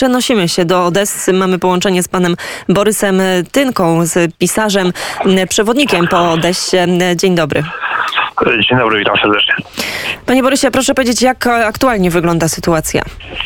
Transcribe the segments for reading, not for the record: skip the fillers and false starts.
przenosimy się do Odessy. Mamy połączenie z panem Borysem Tynką, z pisarzem, przewodnikiem po Odessie. Dzień dobry. Dzień dobry, witam serdecznie. Panie Borysie, proszę powiedzieć, jak aktualnie wygląda sytuacja?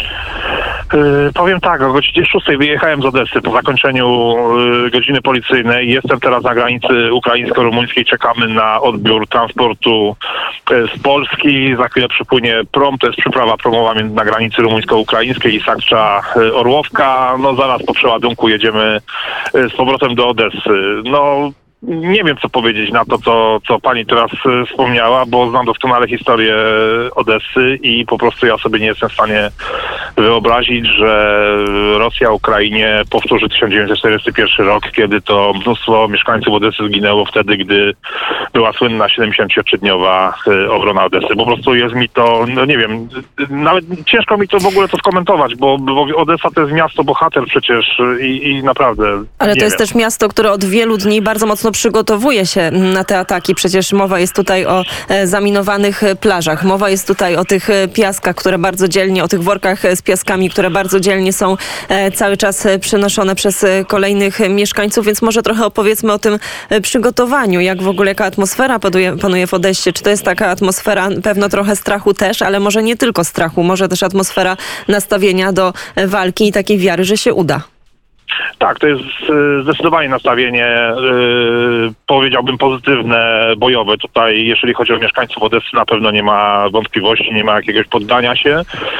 Powiem tak, o godzinie 6 wyjechałem z Odessy po zakończeniu godziny policyjnej. Jestem teraz na granicy ukraińsko-rumuńskiej. Czekamy na odbiór transportu z Polski. Za chwilę przypłynie prom. To jest przyprawa promowa na granicy rumuńsko-ukraińskiej i Sakcza-Orłowka. No zaraz po przeładunku jedziemy z powrotem do Odessy. No nie wiem, co powiedzieć na to, co pani teraz wspomniała, bo znam doskonale historię Odessy i po prostu ja sobie nie jestem w stanie wyobrazić, że Rosja Ukrainie powtórzy 1941 rok, kiedy to mnóstwo mieszkańców Odessy zginęło wtedy, gdy była słynna 73-dniowa obrona Odessy. Po prostu jest mi to, no nie wiem, nawet ciężko mi to w ogóle to skomentować, bo Odessa to jest miasto bohater przecież i naprawdę. Ale to jest też miasto, które od wielu dni bardzo mocno przygotowuje się na te ataki. Przecież mowa jest tutaj o zaminowanych plażach. Mowa jest tutaj o tych piaskach, które bardzo dzielnie, o tych workach z piaskami, które bardzo dzielnie są cały czas przenoszone przez kolejnych mieszkańców. Więc może trochę opowiedzmy o tym przygotowaniu. Jak w ogóle, jaka atmosfera panuje w Odessie? Czy to jest taka atmosfera, pewno trochę strachu też, ale może nie tylko strachu, może też atmosfera nastawienia do walki i takiej wiary, że się uda. Tak, to jest zdecydowanie nastawienie, powiedziałbym, pozytywne, bojowe. Tutaj, jeżeli chodzi o mieszkańców Odessy, na pewno nie ma wątpliwości, nie ma jakiegoś poddania się.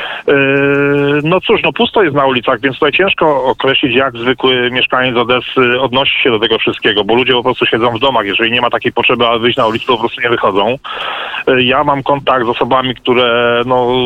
No cóż, no pusto jest na ulicach, więc tutaj ciężko określić, jak zwykły mieszkaniec Odessy odnosi się do tego wszystkiego, bo ludzie po prostu siedzą w domach. Jeżeli nie ma takiej potrzeby, aby wyjść na ulicę, to po prostu nie wychodzą. Ja mam kontakt z osobami, które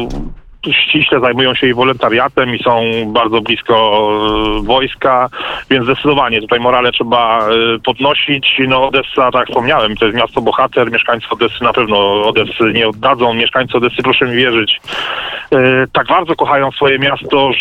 ściśle zajmują się i wolontariatem i są bardzo blisko wojska, więc zdecydowanie tutaj morale trzeba podnosić. No Odessa, tak jak wspomniałem, to jest miasto bohater. Mieszkańcy Odessy na pewno Odessy nie oddadzą. Mieszkańcy Odessy, proszę mi wierzyć, tak bardzo kochają swoje miasto,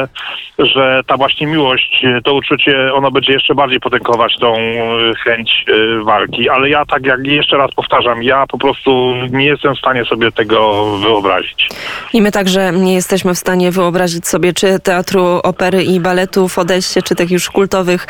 że ta właśnie miłość, to uczucie, ono będzie jeszcze bardziej potęgować tą chęć walki. Ale ja, tak jak jeszcze raz powtarzam, ja po prostu nie jestem w stanie sobie tego wyobrazić. I my także nie jesteśmy w stanie wyobrazić sobie, czy Teatru Opery i Baletu w Odessie, czy tych już kultowych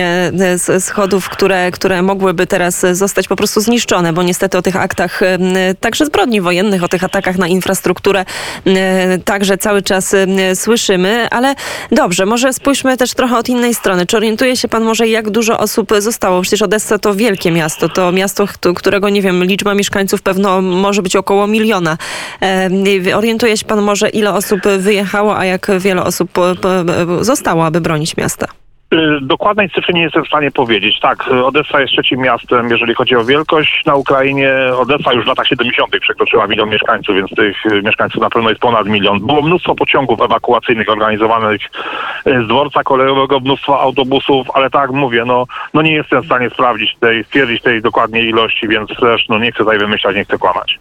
schodów, które mogłyby teraz zostać po prostu zniszczone, bo niestety o tych aktach także zbrodni wojennych, o tych atakach na infrastrukturę także cały czas słyszymy, ale dobrze, może spójrzmy też trochę od innej strony. Czy orientuje się pan może, jak dużo osób zostało? Przecież Odessa to wielkie miasto, to miasto, którego, nie wiem, liczba mieszkańców pewno może być około 1 000 000. Orientuje się pan może, ile osób wyjechało, a jak wiele osób zostało, aby bronić miasta? Dokładnej cyfry nie jestem w stanie powiedzieć. Tak, Odessa jest trzecim miastem, jeżeli chodzi o wielkość na Ukrainie. Odessa już w latach 70. przekroczyła 1 000 000 mieszkańców, więc tych mieszkańców na pewno jest ponad 1 000 000. Było mnóstwo pociągów ewakuacyjnych organizowanych z dworca kolejowego, mnóstwo autobusów, ale tak jak mówię, no nie jestem w stanie stwierdzić tej dokładnej ilości, więc też nie chcę tutaj wymyślać, nie chcę kłamać.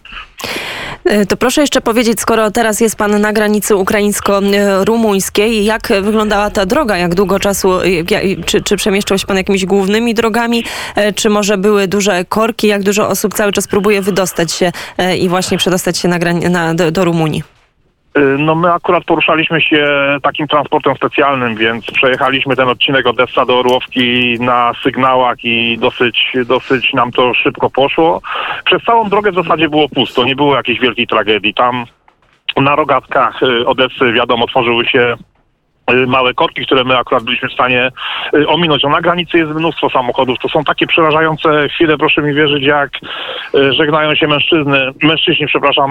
To proszę jeszcze powiedzieć, skoro teraz jest pan na granicy ukraińsko-rumuńskiej, jak wyglądała ta droga, jak długo czasu, czy przemieszczał się pan jakimiś głównymi drogami, czy może były duże korki, jak dużo osób cały czas próbuje wydostać się i właśnie przedostać się do Rumunii? No my akurat poruszaliśmy się takim transportem specjalnym, więc przejechaliśmy ten odcinek Odessa do Orłowki na sygnałach i dosyć nam to szybko poszło. Przez całą drogę w zasadzie było pusto, nie było jakiejś wielkiej tragedii. Tam na rogatkach Odessy, wiadomo, tworzyły się małe korki, które my akurat byliśmy w stanie ominąć. Na granicy jest mnóstwo samochodów. To są takie przerażające chwile, proszę mi wierzyć, jak żegnają się mężczyźni,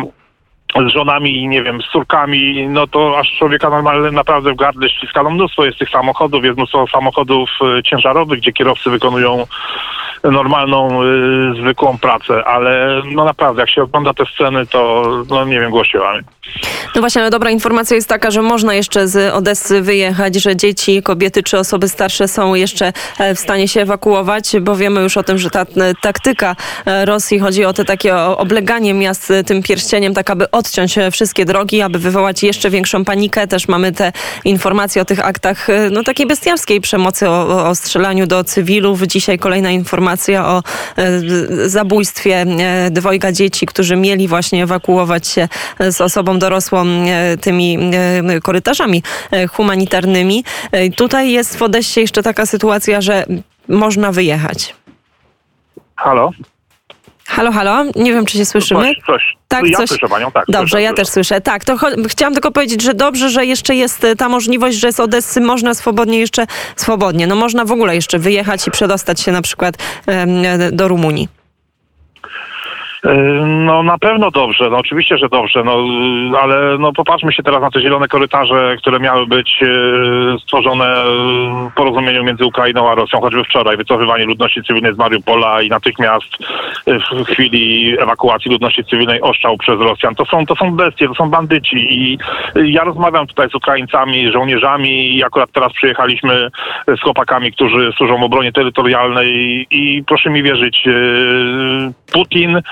z żonami, nie wiem, z córkami, no to aż człowieka normalnie naprawdę w gardle ściska. No mnóstwo jest tych samochodów, jest mnóstwo samochodów ciężarowych, gdzie kierowcy wykonują normalną, zwykłą pracę, ale no naprawdę, jak się ogląda te sceny, to nie wiem, głosie łamie. No właśnie, ale dobra informacja jest taka, że można jeszcze z Odessy wyjechać, że dzieci, kobiety czy osoby starsze są jeszcze w stanie się ewakuować, bo wiemy już o tym, że ta taktyka Rosji, chodzi o te takie obleganie miast tym pierścieniem, tak aby odciąć wszystkie drogi, aby wywołać jeszcze większą panikę. Też mamy te informacje o tych aktach takiej bestialskiej przemocy, o strzelaniu do cywilów. Dzisiaj kolejna informacja informacja o zabójstwie dwojga dzieci, którzy mieli właśnie ewakuować się z osobą dorosłą tymi korytarzami humanitarnymi. Tutaj jest w Odessie jeszcze taka sytuacja, że można wyjechać. Halo? Halo? Nie wiem, czy się słyszymy. Coś. Tak, ja coś. słyszę panią, tak. Dobrze, ja też słyszę. Tak, to chciałam tylko powiedzieć, że dobrze, że jeszcze jest ta możliwość, że z Odessy można swobodnie. No można w ogóle jeszcze wyjechać i przedostać się na przykład do Rumunii. No na pewno dobrze, no oczywiście, że dobrze, no ale no popatrzmy się teraz na te zielone korytarze, które miały być stworzone w porozumieniu między Ukrainą a Rosją, choćby wczoraj wycofywanie ludności cywilnej z Mariupola i natychmiast w chwili ewakuacji ludności cywilnej ostrzał przez Rosjan. To są bestie, to są bandyci i ja rozmawiam tutaj z Ukraińcami, żołnierzami i akurat teraz przyjechaliśmy z chłopakami, którzy służą w obronie terytorialnej i proszę mi wierzyć, Putin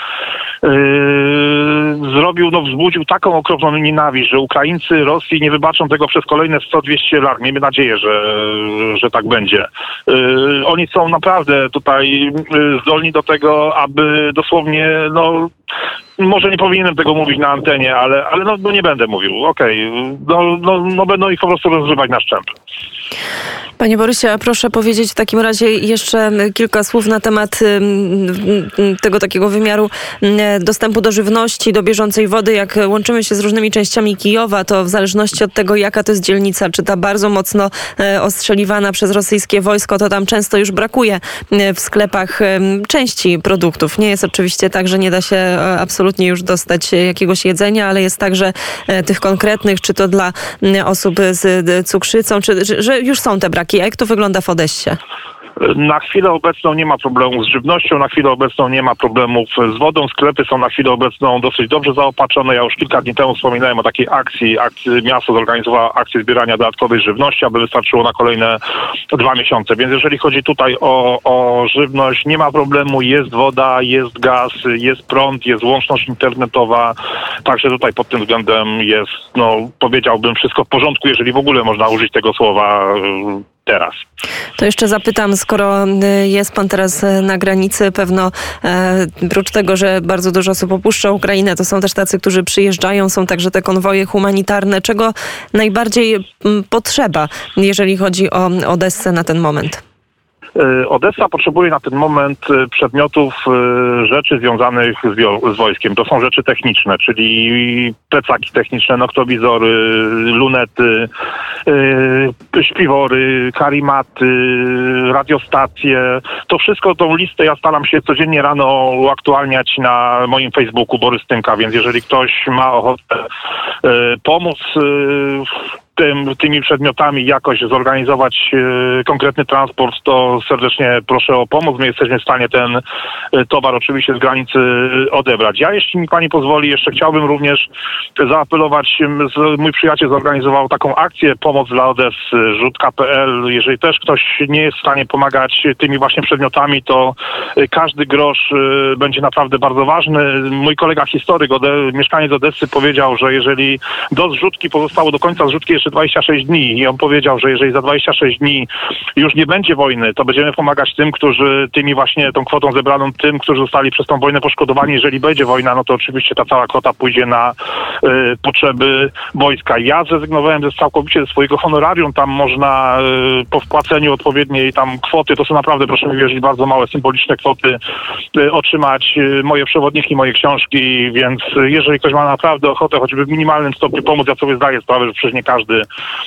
wzbudził taką okropną nienawiść, że Ukraińcy Rosji nie wybaczą tego przez kolejne 100-200 lat. Miejmy nadzieję, że tak będzie. Oni są naprawdę tutaj zdolni do tego, aby dosłownie, może nie powinienem tego mówić na antenie, ale no nie będę mówił. Okej. Będą ich po prostu rozrywać na szczępy. Panie Borysie, a proszę powiedzieć w takim razie jeszcze kilka słów na temat tego takiego wymiaru dostępu do żywności, do bieżącej wody. Jak łączymy się z różnymi częściami Kijowa, to w zależności od tego, jaka to jest dzielnica, czy ta bardzo mocno ostrzeliwana przez rosyjskie wojsko, to tam często już brakuje w sklepach części produktów. Nie jest oczywiście tak, że nie da się absolutnie już dostać jakiegoś jedzenia, ale jest także tych konkretnych, czy to dla osób z cukrzycą, że już są te braki. A jak to wygląda w Odessie? Na chwilę obecną nie ma problemu z żywnością, na chwilę obecną nie ma problemów z wodą. Sklepy są na chwilę obecną dosyć dobrze zaopatrzone. Ja już kilka dni temu wspominałem o takiej akcji. Miasto zorganizowało akcję zbierania dodatkowej żywności, aby wystarczyło na kolejne 2 miesiące. Więc jeżeli chodzi tutaj o żywność, nie ma problemu. Jest woda, jest gaz, jest prąd, jest łączność internetowa. Także tutaj pod tym względem jest, powiedziałbym, wszystko w porządku, jeżeli w ogóle można użyć tego słowa teraz. To jeszcze zapytam, skoro jest pan teraz na granicy, pewno oprócz tego, że bardzo dużo osób opuszcza Ukrainę, to są też tacy, którzy przyjeżdżają, są także te konwoje humanitarne. Czego najbardziej potrzeba, jeżeli chodzi o Odessę na ten moment? Odessa potrzebuje na ten moment przedmiotów, rzeczy związanych z wojskiem. To są rzeczy techniczne, czyli plecaki techniczne, noktowizory, lunety, śpiwory, karimaty, radiostacje. To wszystko, tą listę ja staram się codziennie rano uaktualniać na moim Facebooku Borys Tymka, więc jeżeli ktoś ma ochotę pomóc tymi przedmiotami jakoś zorganizować konkretny transport, to serdecznie proszę o pomoc. My jesteśmy w stanie ten towar oczywiście z granicy odebrać. Ja, jeśli mi pani pozwoli, jeszcze chciałbym również zaapelować. Mój przyjaciel zorganizował taką akcję Pomoc dla Odessy, rzut.pl. Jeżeli też ktoś nie jest w stanie pomagać tymi właśnie przedmiotami, to każdy grosz będzie naprawdę bardzo ważny. Mój kolega historyk, mieszkaniec Odessy, powiedział, że jeżeli do zrzutki pozostało do końca zrzutki jeszcze 26 dni i on powiedział, że jeżeli za 26 dni już nie będzie wojny, to będziemy pomagać tym, którzy tą kwotą zebraną tym, którzy zostali przez tą wojnę poszkodowani. Jeżeli będzie wojna, no to oczywiście ta cała kwota pójdzie na potrzeby wojska. Ja zrezygnowałem całkowicie ze swojego honorarium. Tam można po wpłaceniu odpowiedniej tam kwoty, to są naprawdę, proszę mi wierzyć, bardzo małe, symboliczne kwoty, otrzymać moje przewodniki, moje książki, więc jeżeli ktoś ma naprawdę ochotę choćby w minimalnym stopniu pomóc, ja sobie zdaję sprawę, że przecież nie każdy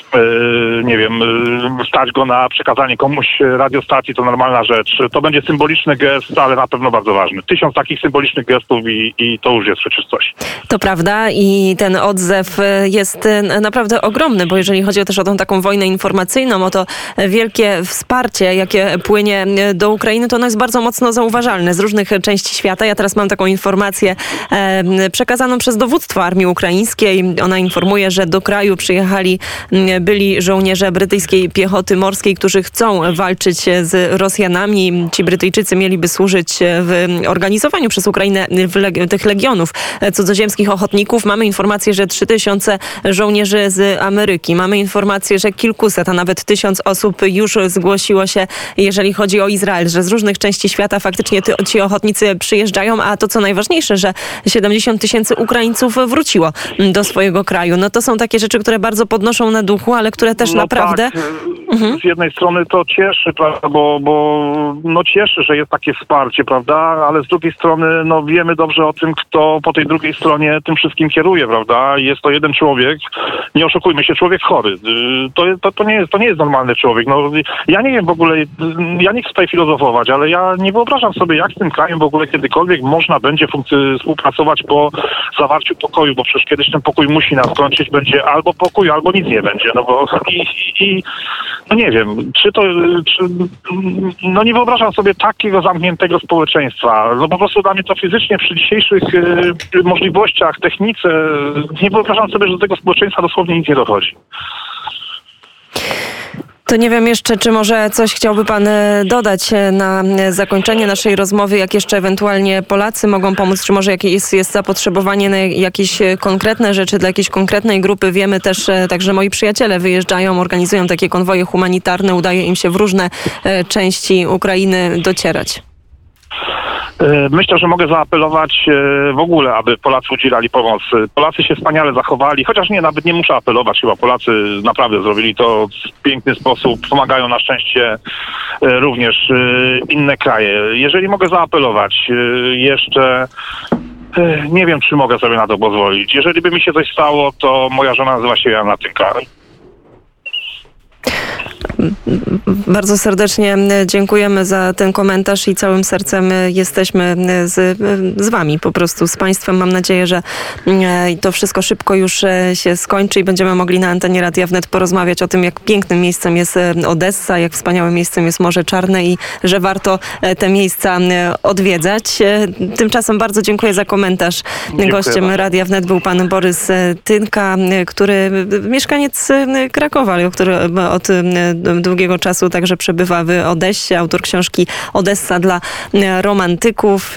stać go na przekazanie komuś radiostacji, to normalna rzecz. To będzie symboliczny gest, ale na pewno bardzo ważny. 1000 takich symbolicznych gestów i to już jest przecież coś. To prawda i ten odzew jest naprawdę ogromny, bo jeżeli chodzi też o tą taką wojnę informacyjną, o to wielkie wsparcie, jakie płynie do Ukrainy, to ono jest bardzo mocno zauważalne z różnych części świata. Ja teraz mam taką informację przekazaną przez dowództwo armii ukraińskiej. Ona informuje, że do kraju przyjechali byli żołnierze brytyjskiej piechoty morskiej, którzy chcą walczyć z Rosjanami. Ci Brytyjczycy mieliby służyć w organizowaniu przez Ukrainę tych legionów cudzoziemskich ochotników. Mamy informację, że 3000 żołnierzy z Ameryki. Mamy informację, że kilkuset, a nawet 1000 osób już zgłosiło się, jeżeli chodzi o Izrael, że z różnych części świata faktycznie ci ochotnicy przyjeżdżają, a to co najważniejsze, że 70 000 Ukraińców wróciło do swojego kraju. No to są takie rzeczy, które bardzo podnoszą na duchu, ale które też naprawdę... Tak. Z jednej strony to cieszy, prawda, bo cieszy, że jest takie wsparcie, prawda, ale z drugiej strony wiemy dobrze o tym, kto po tej drugiej stronie tym wszystkim kieruje, prawda. Jest to jeden człowiek, nie oszukujmy się, człowiek chory. To nie jest normalny człowiek. Ja nie wiem w ogóle, ja nie chcę tutaj filozofować, ale ja nie wyobrażam sobie, jak z tym krajem w ogóle kiedykolwiek można będzie współpracować po zawarciu pokoju, bo przecież kiedyś ten pokój musi nas skończyć, będzie albo pokój, albo nic nie będzie, nie wiem, nie wyobrażam sobie takiego zamkniętego społeczeństwa. Po prostu dla mnie to fizycznie przy dzisiejszych możliwościach, technice, nie wyobrażam sobie, że do tego społeczeństwa dosłownie nic nie dochodzi. To nie wiem jeszcze, czy może coś chciałby pan dodać na zakończenie naszej rozmowy, jak jeszcze ewentualnie Polacy mogą pomóc, czy może jakieś jest zapotrzebowanie na jakieś konkretne rzeczy dla jakiejś konkretnej grupy. Wiemy też, także moi przyjaciele wyjeżdżają, organizują takie konwoje humanitarne, udaje im się w różne części Ukrainy docierać. Myślę, że mogę zaapelować w ogóle, aby Polacy udzielali pomocy. Polacy się wspaniale zachowali, chociaż nawet nie muszę apelować, chyba Polacy naprawdę zrobili to w piękny sposób, pomagają na szczęście również inne kraje. Jeżeli mogę zaapelować jeszcze, nie wiem, czy mogę sobie na to pozwolić. Jeżeli by mi się coś stało, to moja żona nazywa się Joanna Tynka. Bardzo serdecznie dziękujemy za ten komentarz i całym sercem jesteśmy z wami, po prostu z państwem. Mam nadzieję, że to wszystko szybko już się skończy i będziemy mogli na antenie Radia Wnet porozmawiać o tym, jak pięknym miejscem jest Odessa, jak wspaniałym miejscem jest Morze Czarne i że warto te miejsca odwiedzać. Tymczasem bardzo dziękuję za komentarz. Gościem Radia Wnet był pan Borys Tynka, mieszkaniec Krakowa, który od długiego czasu także przebywa w Odessie, autor książki Odessa dla romantyków.